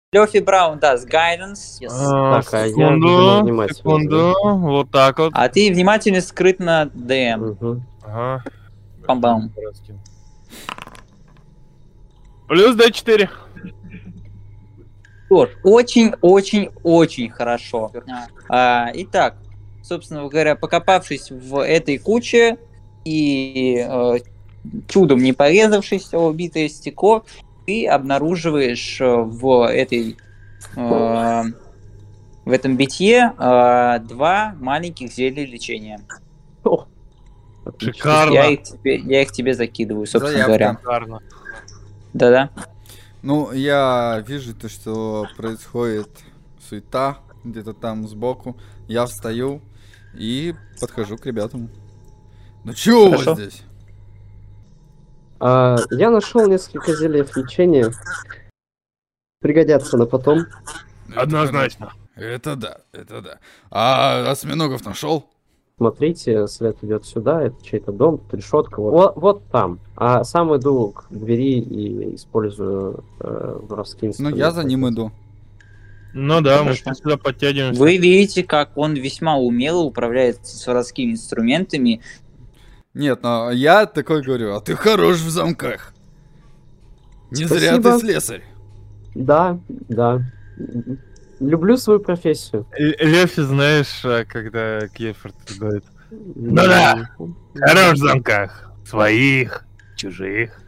Лёфи Браун даст guidance. Yes. Так, а я, видимо, Секунду, внимательно. секунду, вот так вот. А ты внимательно, скрытно ДМ. Угу. Ага. Пам-пам. Плюс D4. Очень-очень-очень хорошо. Итак, собственно говоря, покопавшись в этой куче и чудом не порезавшись о убитое стекло, ты обнаруживаешь в этом битье 2 маленьких зелья лечения. Шикарно. Я их тебе закидываю, собственно говоря. Шикарно. Да-да. Ну, я вижу то, что происходит суета где-то там сбоку. Я встаю и подхожу к ребятам. Ну чё у вас Хорошо. здесь? Я нашел несколько зельев лечения. Пригодятся на потом. Однозначно. Это да, это да. А осьминогов нашел? Смотрите, след идет сюда, это чей-то дом, тут решетка, вот там. А сам иду к двери и использую воровские Ну, инструменты. я за ним иду. Ну да, мы Хорошо. сюда подтягиваемся. Вы видите, как он весьма умело управляет с воровскими инструментами. Нет, но я такой говорю, а ты хорош в замках. Не зря Спасибо. ты слесарь. Да. Люблю свою профессию. Лёфи, знаешь, когда Кефорд говорит: ну да, хорош в замках. Своих, чужих.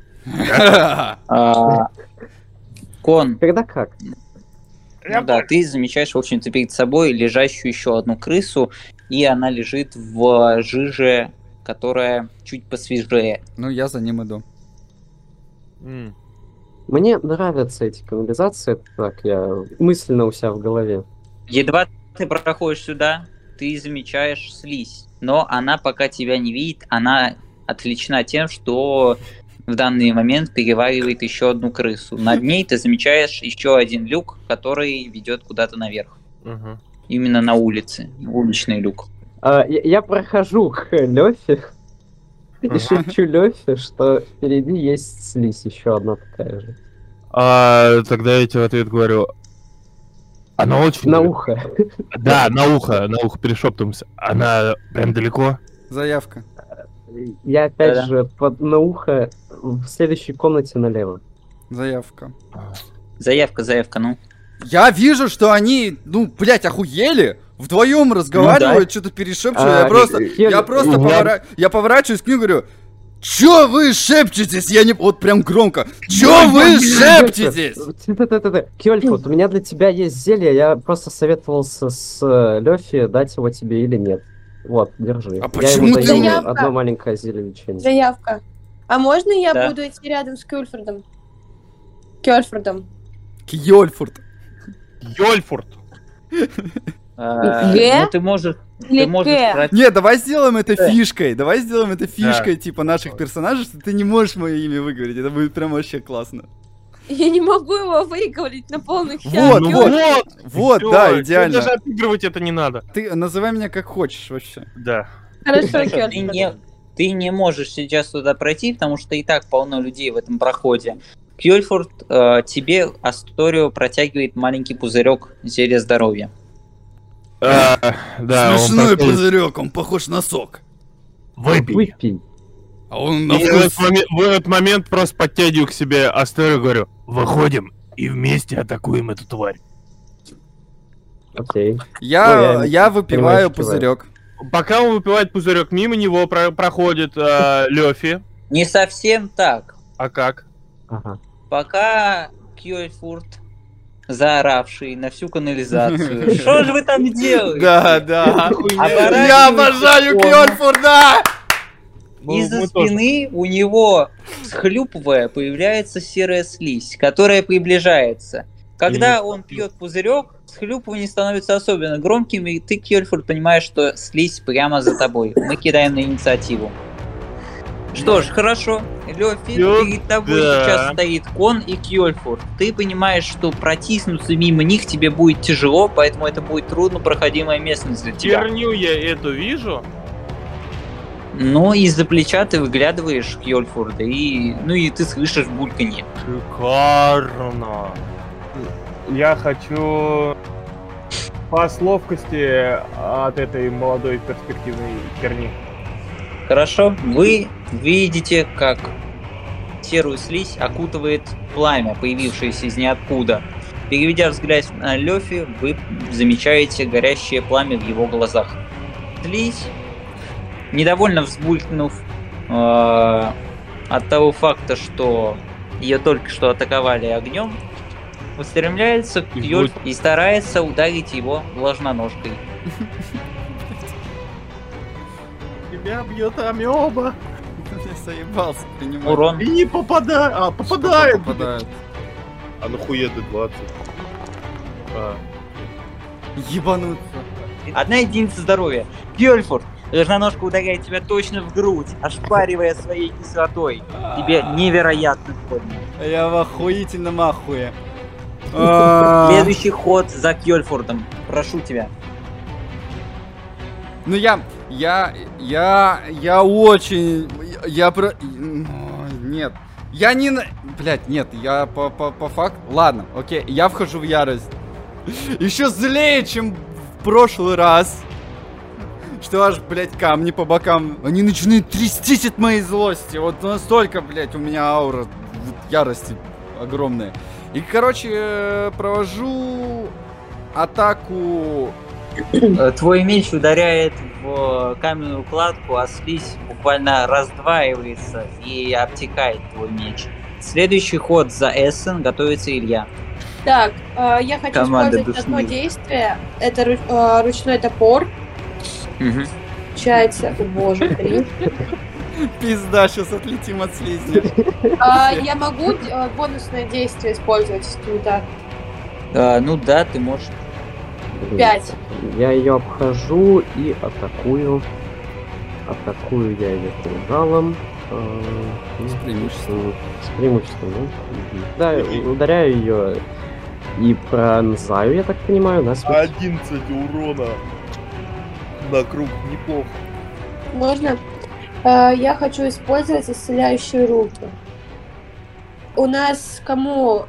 Кон, Когда как? ну да, ты замечаешь, в общем-то, перед собой лежащую еще одну крысу, и она лежит в жиже, которая чуть посвежее. Ну, я за ним иду. Мне нравятся эти канализации, так я мысленно у себя в голове. Едва ты проходишь сюда, ты замечаешь слизь, но она пока тебя не видит, она отлична тем, что в данный момент переваривает еще одну крысу. Над ней ты замечаешь еще один люк, который ведет куда-то наверх. Угу. Именно на улице. Уличный люк. Я прохожу к Лёфе и шепчу Лёфе, что впереди есть слизь, еще одна такая же. Тогда я тебе в ответ говорю: она очень... На ухо. Да, на ухо перешептываемся. Она прям далеко? Заявка. Я опять Да-да. же на ухо в следующей комнате налево. Заявка. Заявка, ну. Я вижу, что они, блять, охуели. Вдвоем разговаривают, что-то перешепчивают. Я поворачиваюсь к ним и говорю: чё вы шепчетесь? Я не... Вот прям громко. Чё вы шепчетесь? Кёльфут, у меня для тебя есть зелье, я просто советовался с Лёфи, дать его тебе или нет. Вот, держи. А почему я ты- ему Заявка. одно маленькое зелье лечения. Заявка. А можно я Да. буду идти рядом с Кёльфордом? Кёльфордом. Кьёльфурт. Йольфурт. Ну, ты можешь Или К? пройти. Не, давай сделаем это фишкой. Давай сделаем это фишкой, типа, наших персонажей, что ты не можешь мое имя выговорить. Это будет прям вообще классно. Я не могу его выговорить на полных Вот, щах. вот. Вот, Всё, да, тебе идеально. даже отыгрывать это не надо. Ты называй меня как хочешь вообще. Да. Хорошо, Хорошо, Кёльфорд. ты не можешь сейчас туда пройти, потому что и так полно людей в этом проходе. Кьёльфорд тебе Асторио протягивает маленький пузырек зелья здоровья. Да, он Смешной подходит. пузырек, он похож на сок. Выпей. Выпей. А он И на в вкус... этот момент просто подтягиваю к себе Астерию и говорю: выходим и вместе атакуем эту тварь. Окей. Я выпиваю понимаю, пузырек. Пока он выпивает пузырек, мимо него проходит Лёфи. Не совсем так. А как? Ага. Пока Кьёльфурт, заоравший на всю канализацию. Что же вы там делаете? Да. Оборачивается Я обожаю он. Кьёльфурда! Из-за Мы тоже. спины у него, схлюпывая, появляется серая слизь, которая приближается. Когда И- он пьет пузырек, схлюпывания становятся особенно громкими, и ты, Кьёльфурд, понимаешь, что слизь прямо за тобой. Мы кидаем на инициативу. Что ж, хорошо. Лёфи, перед тобой Да. сейчас стоит Кон и Кьёльфурд. Ты понимаешь, что протиснуться мимо них тебе будет тяжело, поэтому это будет трудно проходимая местность для тебя. Херню я эту вижу. Но из-за плеча ты выглядываешь Кьёльфурда, и ты слышишь бульканье. Шикарно. Я хочу пас ловкости от этой молодой перспективной херни. Хорошо, вы видите, как серую слизь окутывает пламя, появившееся из ниоткуда. Переведя взгляд на Лёфи, вы замечаете горящее пламя в его глазах. Слизь, недовольно взбулькнув от того факта, что ее только что атаковали огнем, устремляется к Йольфу и старается ударить его ложноножкой. Тебя бьет амеба. Я заебался принимать. Урон. И не попадает. А, попадает. Попадает. А нахуя Д20? Ебануться. 1 единица здоровья. Гёльфорд, ложноножка ударяет тебя точно в грудь, ошпаривая своей кислотой. Тебе невероятно больно. Я в охуительном ахуе. Следующий ход за Кьёльфордом. Прошу тебя. Ну я очень... Нет. Я не... Блять, нет, я по факту... Ладно, окей, я вхожу в ярость. Еще злее, чем в прошлый раз. Что аж, блять, камни по бокам. Они начинают трястись от моей злости. Вот настолько, блять, у меня аура ярости огромная. И, короче, провожу атаку. Твой меч ударяет в каменную кладку, а слизь буквально раздваивается и обтекает твой меч. Следующий ход за Эссен готовится Илья. Так, я хочу Команда использовать одно душнила. действие. Это ручной топор. Получается, о боже, 3. Пизда, сейчас отлетим от слизни. Я могу бонусное действие использовать, если не так. Ну да, ты можешь. 5. Я ее обхожу и атакую. Атакую я ее кинжалом. С преимуществом. С преимуществом, да? Да, ударяю ее и пронзаю, я так понимаю, на смерть. 11 урона на круг, неплохо. Можно? Я хочу использовать исцеляющие руки. У нас кому?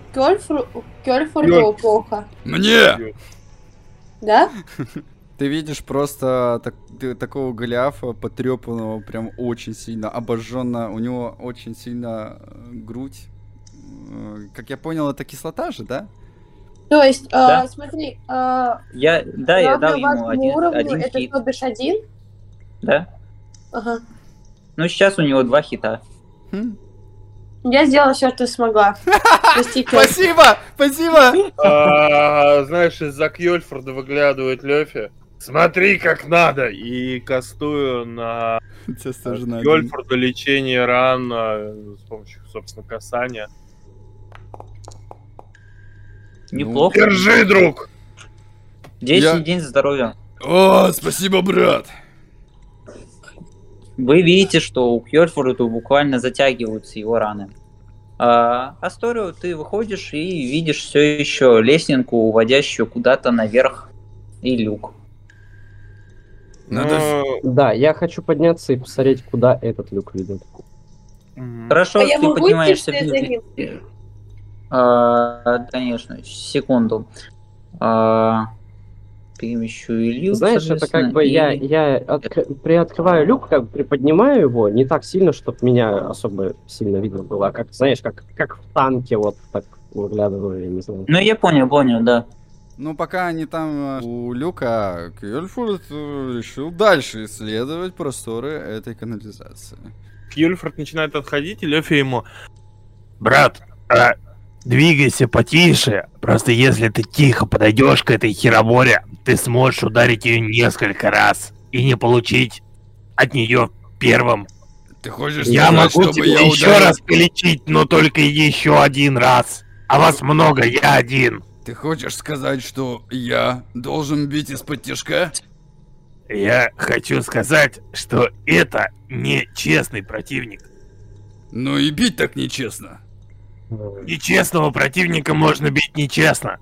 Кёльфорду плохо? Мне! Да? Ты видишь просто такого Голиафа, потрепанного, прям очень сильно, обожженно. У него очень сильно грудь. Как я понял, это кислота же, да? То есть, Да. смотри, Я дал ему один это хит. то бишь 1? Да? Ага. Ну сейчас у него 2 хита. Хм. Я сделала все, что смогла. Прости, Кёль. Спасибо! Спасибо! Знаешь, из-за Кьёльфорда выглядывает Лёфи. Смотри, как надо! И кастую на Кьёльфорда лечение ран с помощью, собственно, касания. Неплохо. Держи, друг! 10 единиц здоровья. О, спасибо, брат! Вы видите, что у Кьёльфорда буквально затягиваются его раны. Асторио, ты выходишь и видишь все еще лесенку, уводящую куда-то наверх, и люк. Да, я хочу подняться и посмотреть, куда этот люк ведет. Хорошо, А я ты могу идти поднимаешься вслед за ним? Конечно, секунду. Перемещу Илью. Знаешь, это как бы приоткрываю люк, как бы приподнимаю его, не так сильно, чтобы меня особо сильно видно было, а как, знаешь, как в танке, вот так выглядываю, я не знаю. Ну, я понял, да. Ну, пока они там у люка, Кьёльфорд решил дальше исследовать просторы этой канализации. Кьёльфорд начинает отходить, и Лёфи ему: брат, двигайся потише. Просто если ты тихо подойдешь к этой хероборе, ты сможешь ударить ее несколько раз и не получить от нее первым. Ты хочешь Я сказать, могу чтобы тебя я еще ударил? раз полечить, но только еще один раз. А вас много, я один. Ты хочешь сказать, что я должен бить из-под тяжка? Я хочу сказать, что это не честный противник. Ну и бить так нечестно. Нечестного противника можно бить нечестно.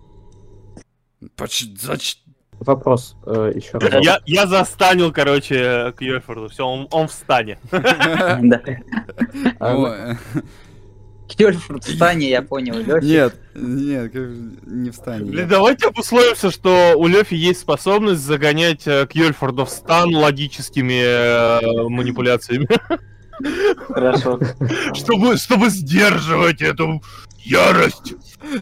Вопрос еще раз. Я застанил, короче, Кьёльфорду. Все, он в стане. Кьёльфорд, встань, я понял. Лёфи. Нет, не встань. Блин, давайте обусловимся, что у Лёфи есть способность загонять Кьёльфорда в стан логическими манипуляциями. Хорошо. Чтобы сдерживать эту ярость.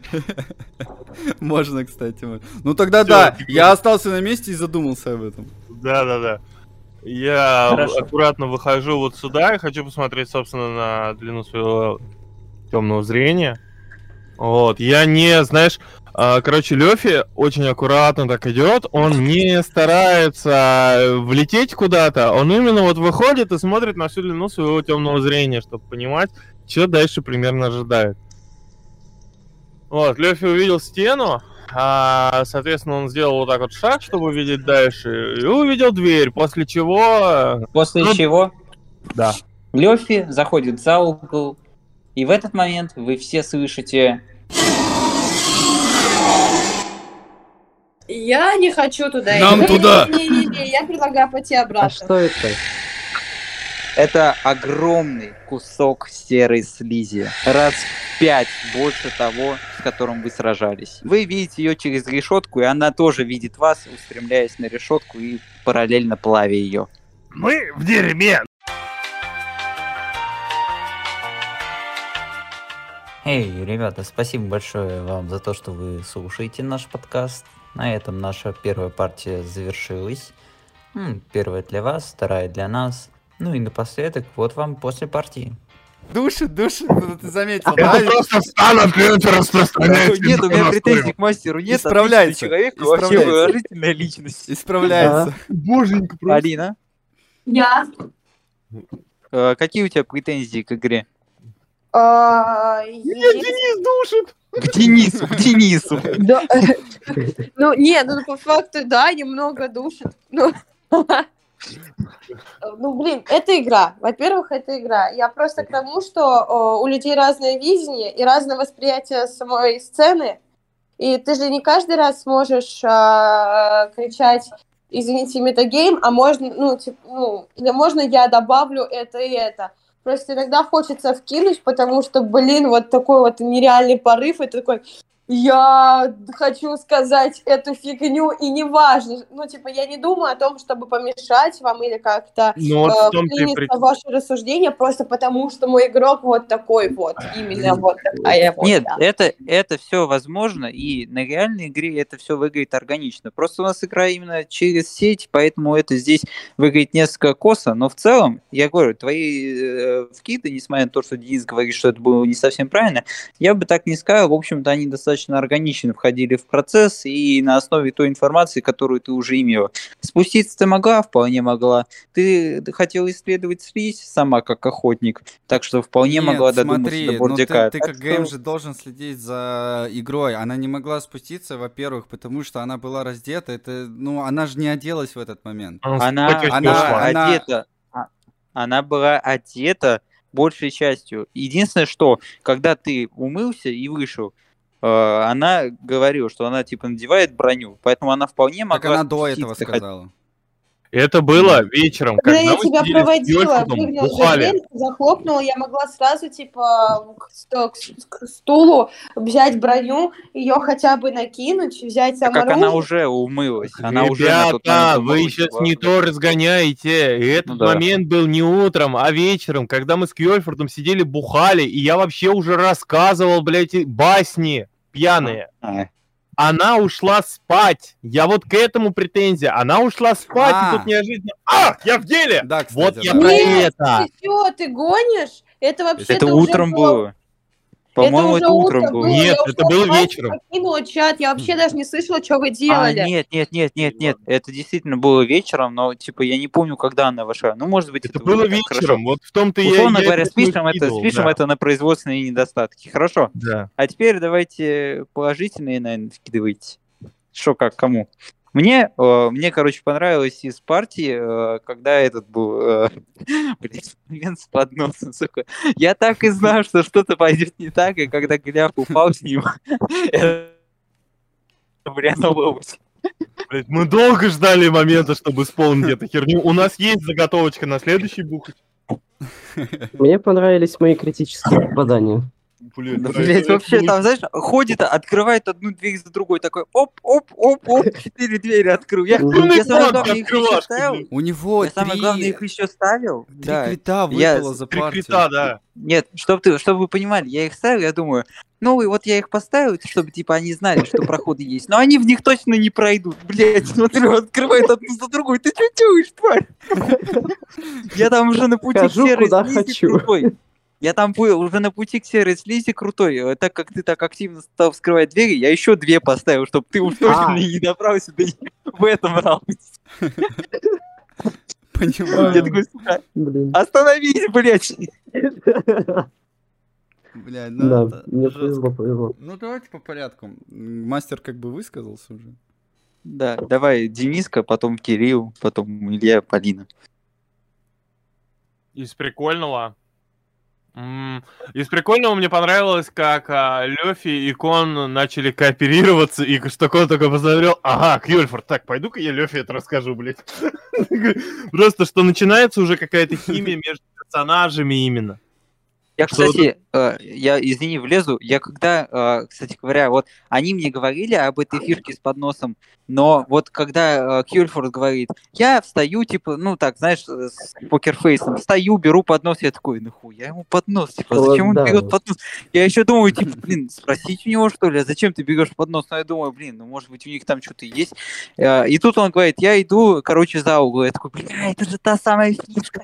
Можно, кстати. Ну тогда да, я остался на месте и задумался об этом. Да. Я аккуратно выхожу вот сюда и хочу посмотреть, собственно, на длину своего темного зрения. Вот, я не, знаешь, короче, Лёфи очень аккуратно так идет, он не старается влететь куда-то, он именно вот выходит и смотрит на всю длину своего темного зрения, чтобы понимать, что дальше примерно ожидает. Вот, Лёфи увидел стену, соответственно, он сделал вот так вот шаг, чтобы увидеть дальше, и увидел дверь, после чего... Чего? Да. Лёфи заходит за угол, и в этот момент вы все слышите... Я не хочу туда идти. Нам туда! Не, я предлагаю пойти обратно. А что это? Это огромный кусок серой слизи. Раз в 5 больше того, с которым вы сражались. Вы видите ее через решетку, и она тоже видит вас, устремляясь на решетку и параллельно плавя ее. Мы в дерьме! Эй, ребята, спасибо большое вам за то, что вы слушаете наш подкаст. На этом наша первая партия завершилась. Первая для вас, вторая для нас. Ну и напоследок, вот вам после партии. Душит, ты заметил, да? Это просто стан от Лёфи распространяется. Нет, у меня претензий к мастеру нет. Исправляется. Человек вообще выражительная личность. Исправляется. Боженька просто. Алина, Я. какие у тебя претензии к игре? Денис душит. К Денису. Да. Ну, по факту, да, немного душит. Ну, блин, это игра. Во-первых, это игра. Я просто к тому, что у людей разное видение и разное восприятие самой сцены. И ты же не каждый раз сможешь кричать, извините, метагейм, а можно, или можно я добавлю это и это. Просто иногда хочется вкинуть, потому что, блин, вот такой вот нереальный порыв, и такой, я хочу сказать эту фигню, и неважно, я не думаю о том, чтобы помешать вам или как-то вклиниться в ваши рассуждения, просто потому что мой игрок вот такой вот, именно вот такая вот. Нет, это все возможно, и на реальной игре это все выглядит органично. Просто у нас игра именно через сеть, поэтому это здесь выглядит несколько косо, но в целом, я говорю, твои вкиды, несмотря на то, что Денис говорит, что это было не совсем правильно, я бы так не сказал, в общем-то, они достаточно органично входили в процесс, и на основе той информации, которую ты уже имела. Спуститься ты могла, вполне могла. Ты хотела исследовать слизь сама, как охотник, так что вполне могла додуматься до Бурдяка. Ты как ГМ же должен следить за игрой. Она не могла спуститься, во-первых, потому что она была раздета. Она же не оделась в этот момент. Она была одета большей частью. Единственное, что, когда ты умылся и вышел, она говорила, что она надевает броню, поэтому она вполне могла... Так она до этого сказала. Это было вечером, когда я тебя проводила, выгнала за дверь, захлопнула, я могла сразу, к стулу взять броню, ее хотя бы накинуть, взять там оружие. Как она уже умылась. Ребята, вы сейчас не то разгоняете. И этот момент был не утром, а вечером, когда мы с Кьёльфордом сидели, бухали, и я вообще уже рассказывал, блядь, басни пьяные. Она ушла спать. Я вот к этому претензия. Она ушла спать, и тут неожиданно... Я в деле! Да, кстати, вот я про это. Ты гонишь? Это вообще-то это утром было. По-моему, это утром было. Нет, это было вечером. Покинула чат, я вообще даже не слышала, что вы делали. Нет, это действительно было вечером, но, я не помню, когда она вошла. Ну, может быть, это было вечером, хорошо. Вот в том-то я... Условно говоря, спишем это на производственные недостатки. Хорошо? Да. А теперь давайте положительные, наверное, вкидывайте. Что, как, кому? Мне, короче, понравилось из партии, когда этот был, момент с подносом, сука. Я так и знал, что что-то пойдет не так, и когда Гляв упал с ним, мы долго ждали момента, чтобы исполнить эту херню. У нас есть заготовочка на следующий бухать. Мне понравились мои критические попадания. Блять, вообще там, знаешь, ходит, открывает одну дверь за другой, такой оп, 4 двери открыл. Я самое главное их еще ставил. У него я самое главное их еще ставил. 3 крита выпало за 3 партию. крита, да. Нет, чтобы вы понимали, я их ставил, я думаю, ну и вот я их поставил, чтобы типа они знали, что проходы есть, но они в них точно не пройдут. Блять, смотрю, открывает одну за другой. Ты что делаешь, тварь? Я там уже на пути к серой слизи крутой. Я там уже на пути к серой слизи крутой. Так как ты так активно стал вскрывать двери, я еще 2 поставил, чтобы ты уж точно не добрался в этом раунде. Понимаю. Я такой, сука, остановись, блядь. Блядь, ну да, мне повезло. Ну давайте по порядку. Мастер как бы высказался уже. Да, давай Дениска, потом Кирилл, потом Илья, Полина. Из прикольного мне понравилось, как Лёфи и Кон начали кооперироваться, и что Кон только посмотрел, ага, Кьёльфорд, так, пойду-ка я Лёфи это расскажу, блядь. Просто, что начинается уже какая-то химия между персонажами именно. Я, кстати, извини, влезу, я когда, кстати говоря, вот они мне говорили об этой фишке с подносом, но вот когда Кьёльфорд говорит, я встаю, типа, ну так, знаешь, с покерфейсом, встаю, беру поднос, я такой, нахуя ему поднос, типа, зачем он берет поднос? Я еще думаю, типа, блин, спросить у него, что ли, а зачем ты берешь поднос? Но я думаю, блин, ну, может быть, у них там что-то есть. И тут он говорит, я иду, короче, за угол, я такой, бля, это же та самая фишка.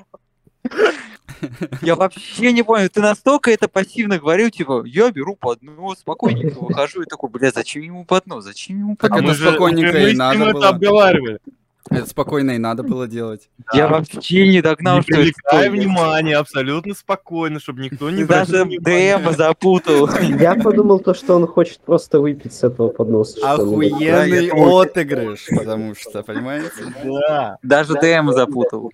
Я вообще не понял, ты настолько это пассивно говорил, типа, я беру поднос, спокойненько выхожу, и такой, бля, зачем ему поднос, Так это спокойненько и надо было. Обговаривали. Это спокойно и надо было делать. Я вообще не догнал, что это. Не привлекай внимания, абсолютно спокойно, чтобы никто не... Даже ДМ запутал. Я подумал то, что он хочет просто выпить с этого подноса. Охуенный отыгрыш, потому что, понимаете? Да. Даже ДМ запутал.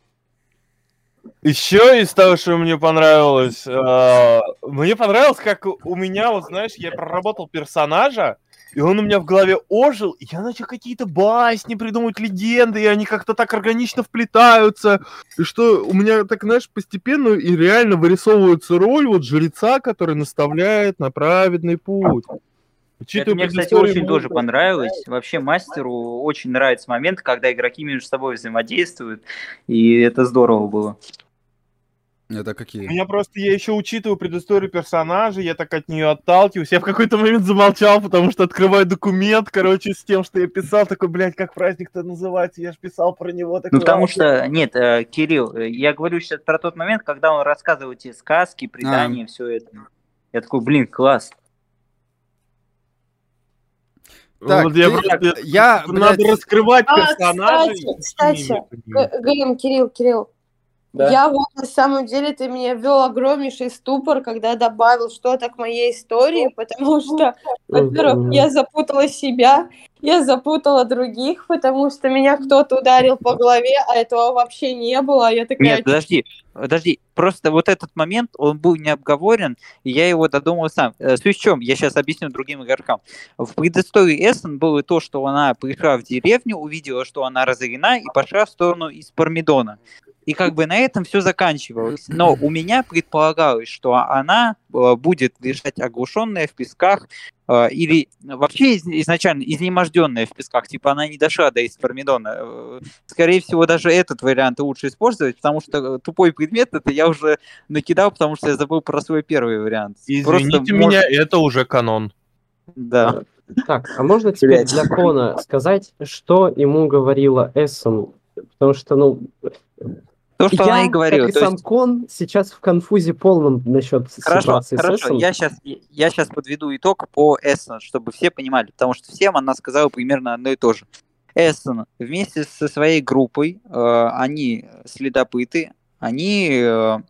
Еще из того, что мне понравилось, как у меня, вот знаешь, я проработал персонажа, и он у меня в голове ожил, и я начал какие-то басни придумывать, легенды, и они как-то так органично вплетаются, и что у меня так, знаешь, постепенно и реально вырисовывается роль вот жреца, который наставляет на праведный путь. Это мне, кстати, очень тоже понравилось. Вообще мастеру очень нравится момент, когда игроки между собой взаимодействуют, и это здорово было. Это какие? Я еще учитываю предысторию персонажа, я так от нее отталкиваюсь. Я в какой-то момент замолчал, потому что открываю документ, короче, с тем, что я писал, такой, блядь, как праздник-то называется, я же писал про него. Такой, потому что, нет, Кирилл, я говорю сейчас про тот момент, когда он рассказывал эти сказки, предания, все это. Я такой, блин, класс. Так, вот надо раскрывать персонажей. Кстати, Кирилл. Да. Я вот на самом деле ты меня ввел огромнейший ступор, когда добавил что-то к моей истории, потому что, во-первых, я запутала себя, я запутала других, потому что меня кто-то ударил по голове, а этого вообще не было. Я такая... Нет, подожди, просто вот этот момент, он был не обговорен, и я его додумал сам. Суть в чем? Я сейчас объясню другим игрокам. В предыстории Эссен было то, что она пришла в деревню, увидела, что она разорена, и пошла в сторону из Пармидона. И как бы на этом все заканчивалось. Но у меня предполагалось, что она будет лежать оглушенная в песках или вообще изначально изнеможденная в песках. Типа она не дошла до Испармидона. Скорее всего, даже этот вариант лучше использовать, потому что тупой предмет это я уже накидал, потому что я забыл про свой первый вариант. Извините меня, это уже канон. Да. Так, а можно теперь для Кона сказать, что ему говорила Эссен? Потому что, то, что она и говорила. Как и сам Кон, сейчас в конфузе полном насчет ситуации с Эссен. Я сейчас подведу итог по Эссен, чтобы все понимали, потому что всем она сказала примерно одно и то же. Эссен вместе со своей группой, они следопыты, они...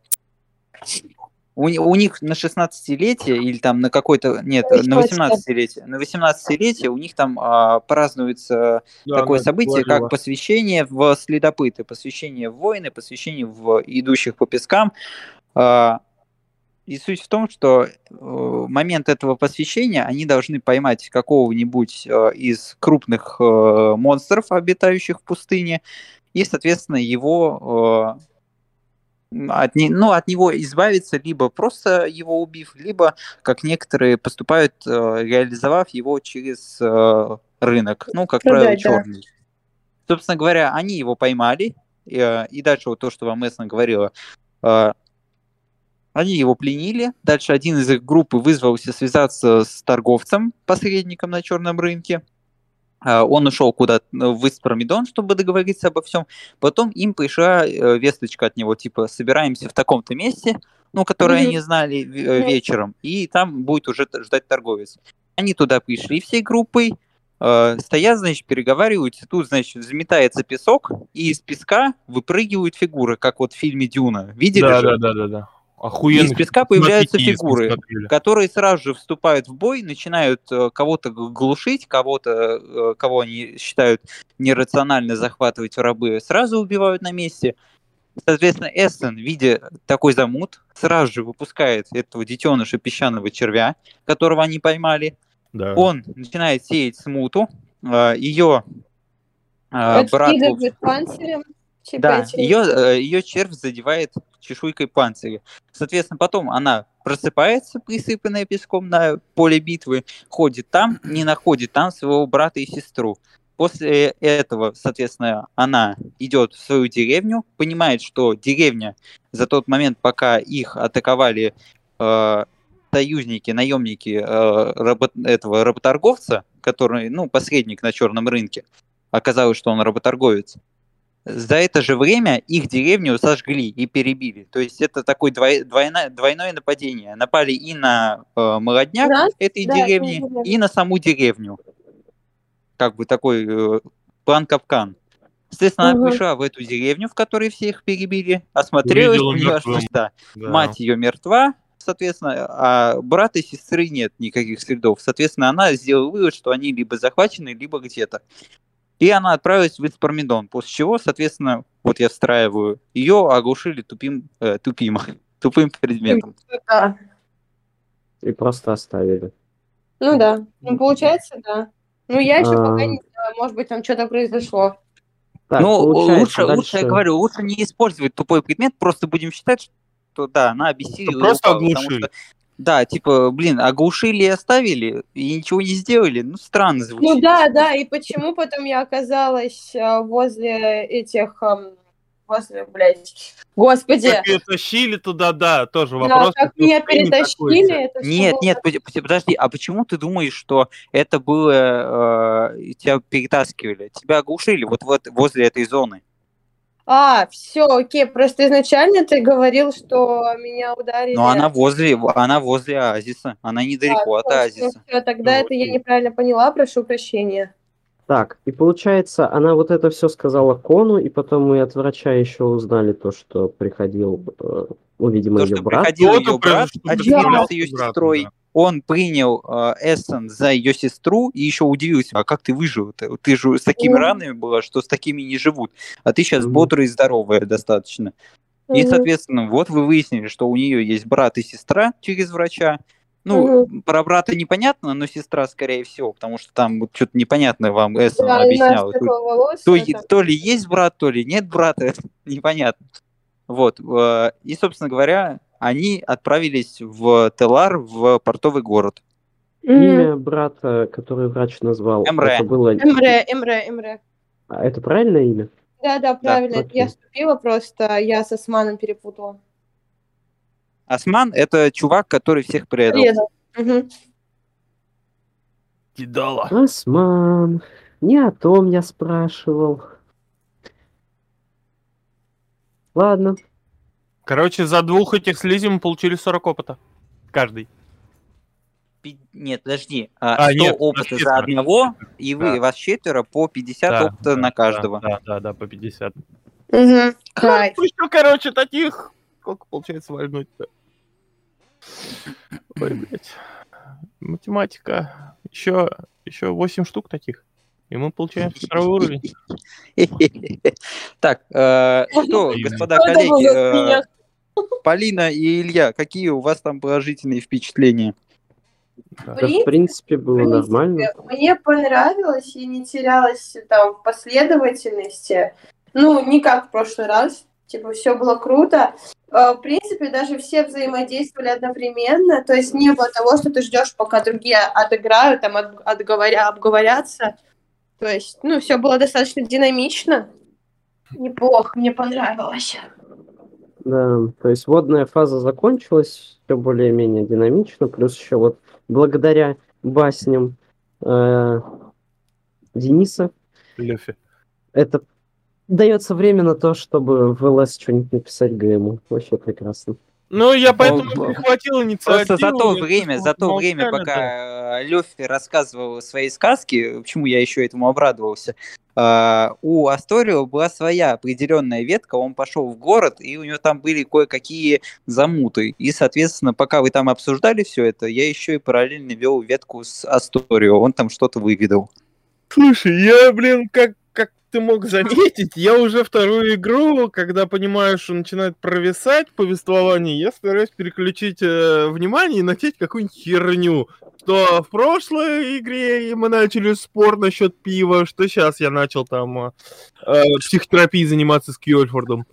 У них на 16-летие или там на какой-то... Нет, на 18-летие. На 18-летие у них там празднуется такое событие, как посвящение в следопыты, посвящение в воины, посвящение в идущих по пескам. И суть в том, что в момент этого посвящения они должны поймать какого-нибудь из крупных монстров, обитающих в пустыне, и, соответственно, его... от него избавиться, либо просто его убив, либо, как некоторые поступают, реализовав его через рынок, как правило, черный. Собственно говоря, они его поймали, и дальше вот то, что вам Эсна говорила, они его пленили, дальше один из их группы вызвался связаться с торговцем, посредником на черном рынке. Он ушел куда-то в Испромедон, чтобы договориться обо всем. Потом им пришла весточка от него, типа, собираемся в таком-то месте, которое они знали вечером, и там будет уже ждать торговец. Они туда пришли всей группой, стоят, значит, переговариваются, тут, значит, взметается песок, и из песка выпрыгивают фигуры, как вот в фильме «Дюна». Видели же? Да. Охуенно. Из песка появляются фигуры, которые сразу же вступают в бой, начинают кого-то глушить, кого-то, кого они считают нерационально захватывать в рабы, сразу убивают на месте. Соответственно, Эссен, видя такой замут, сразу же выпускает этого детеныша песчаного червя, которого они поймали. Да. Он начинает сеять смуту, ее брат... панцирем. Да, ее червь задевает чешуйкой панциря. Соответственно, потом она просыпается, присыпанная песком на поле битвы, ходит там, не находит там своего брата и сестру. После этого, соответственно, она идет в свою деревню, понимает, что деревня за тот момент, пока их атаковали союзники, наемники этого работорговца, который, посредник на черном рынке, оказалось, что он работорговец. За это же время их деревню сожгли и перебили. То есть это такое двойное нападение. Напали и на молодняк этой деревни, и на саму деревню. Как бы такой план-капкан. Естественно, она пришла в эту деревню, в которой все их перебили, осмотрелась, поняла, что мать ее мертва, соответственно, а брата и сестры нет никаких следов. Соответственно, она сделала вывод, что они либо захвачены, либо где-то. И она отправилась в Испромедон, после чего, соответственно, вот я встраиваю, ее оглушили тупым предметом. Да. И просто оставили. Ну да, получается, да. Я еще пока не знаю, может быть, там что-то произошло. Так, лучше, я говорю, лучше не использовать тупой предмет, просто будем считать, что да, она обессилила. Просто оглушили. Да, оглушили и оставили, и ничего не сделали. Странно звучит. Да, и почему потом я оказалась возле этих... Господи. Как ее тащили туда, да, тоже вопрос. Да, как меня перетащили. Нет, подожди, а почему ты думаешь, что это было... тебя перетаскивали? Тебя оглушили вот возле этой зоны. Все, окей, просто изначально ты говорил, что меня ударили. Но она возле оазиса, она недалеко от оазиса. Все, тогда это я неправильно поняла, прошу прощения. Так, и получается, она вот это все сказала Кону, и потом мы от врача еще узнали то, что приходил, видимо, ее брат. Приходил ее брат, очевидно, с ее сестрой. Да. Он принял Эссен за ее сестру и еще удивился, а как ты выжил? Ты же с такими ранами была, что с такими не живут. А ты сейчас бодрая и здоровая достаточно. И, соответственно, вот вы выяснили, что у нее есть брат и сестра через врача. Про брата непонятно, но сестра, скорее всего, потому что там что-то непонятное вам Эссен объяснял. То ли есть брат, то ли нет брата, непонятно. Вот. И, собственно говоря, они отправились в Телар, в портовый город. Имя брата, который врач назвал, Эмре. Это было... Эмре. А это правильное имя? Да, правильно. Да, я вступила просто, я с Османом перепутала. Осман — это чувак, который всех предал. Кидала. Осман. Не о том я спрашивал. Ладно. Короче, за двух этих слизей мы получили 40 опыта. Каждый. Нет, подожди. 100 опыта за одного, и вас 4 по 50 опыта на каждого. Да, по 50. Кайф. Таких... Сколько получается вальнуть-то? Ой, блядь. Математика. Еще 8 штук таких. И мы получаем второй уровень. Так, что, господа коллеги, Полина и Илья, какие у вас там положительные впечатления? В принципе, было нормально. Мне понравилось и не терялась там в последовательности. Не как в прошлый раз. типа, все было круто. В принципе, даже все взаимодействовали одновременно, то есть не было того, что ты ждешь, пока другие отыграют, там, обговорятся. То есть, ну, все было достаточно динамично. Неплохо, мне понравилось. Да, то есть водная фаза закончилась, все более-менее динамично, плюс еще вот благодаря басням Дениса Лёфи. это дается время на то, чтобы в ЛС что-нибудь написать ГМу. Вообще прекрасно. Ну, я поэтому перехватил инициативу. Просто за то время, пока Лёфи рассказывал свои сказки, почему я еще этому обрадовался, у Асторио была своя определенная ветка, он пошел в город, и у него там были кое-какие замуты. И, соответственно, пока вы там обсуждали все это, я еще и параллельно вел ветку с Асторио, он там что-то выведал. Слушай, я, как ты мог заметить, я уже вторую игру, когда понимаю, что начинает провисать повествование, я стараюсь переключить внимание и начать какую-нибудь херню. Что в прошлой игре мы начали спор насчет пива, что сейчас я начал там психотерапией заниматься с Кьёльфордом.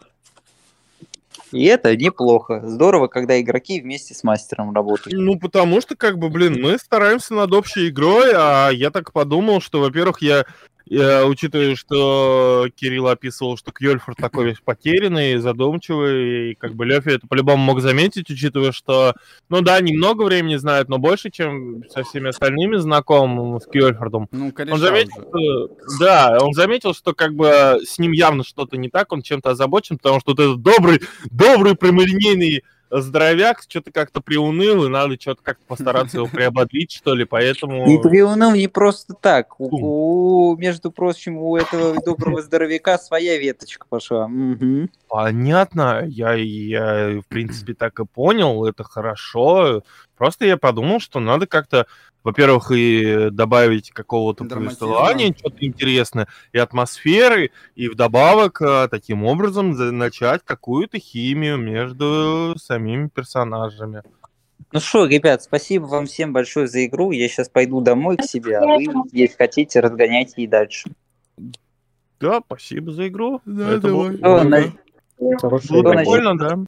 И это неплохо. Здорово, когда игроки вместе с мастером работают. Ну, потому что, мы стараемся над общей игрой, а я так подумал, что, во-первых, я учитывая, что Кирилл описывал, что Кьёльфорд такой весь потерянный, задумчивый, и Лёфи это по-любому мог заметить, учитывая, что, ну да, немного времени знает, но больше, чем со всеми остальными знаком с Кьёльфордом. Ну, конечно, он заметил, что с ним явно что-то не так, он чем-то озабочен, потому что вот этот добрый прямолинейный здоровяк что-то как-то приуныл, и надо что-то как-то постараться его приободрить, что ли, поэтому... И приуныл не просто так. Между прочим, у этого доброго здоровяка своя веточка пошла. Угу. Понятно, я в принципе так и понял, это хорошо. Просто я подумал, что надо как-то, во-первых, и добавить какого-то повествования, что-то интересное, и атмосферы, и вдобавок таким образом начать какую-то химию между самими персонажами. Ну что, ребят, спасибо вам всем большое за игру. Я сейчас пойду домой к себе, а вы, если хотите, разгоняйте и дальше. Да, спасибо за игру. Да, давай. Было прикольно, да.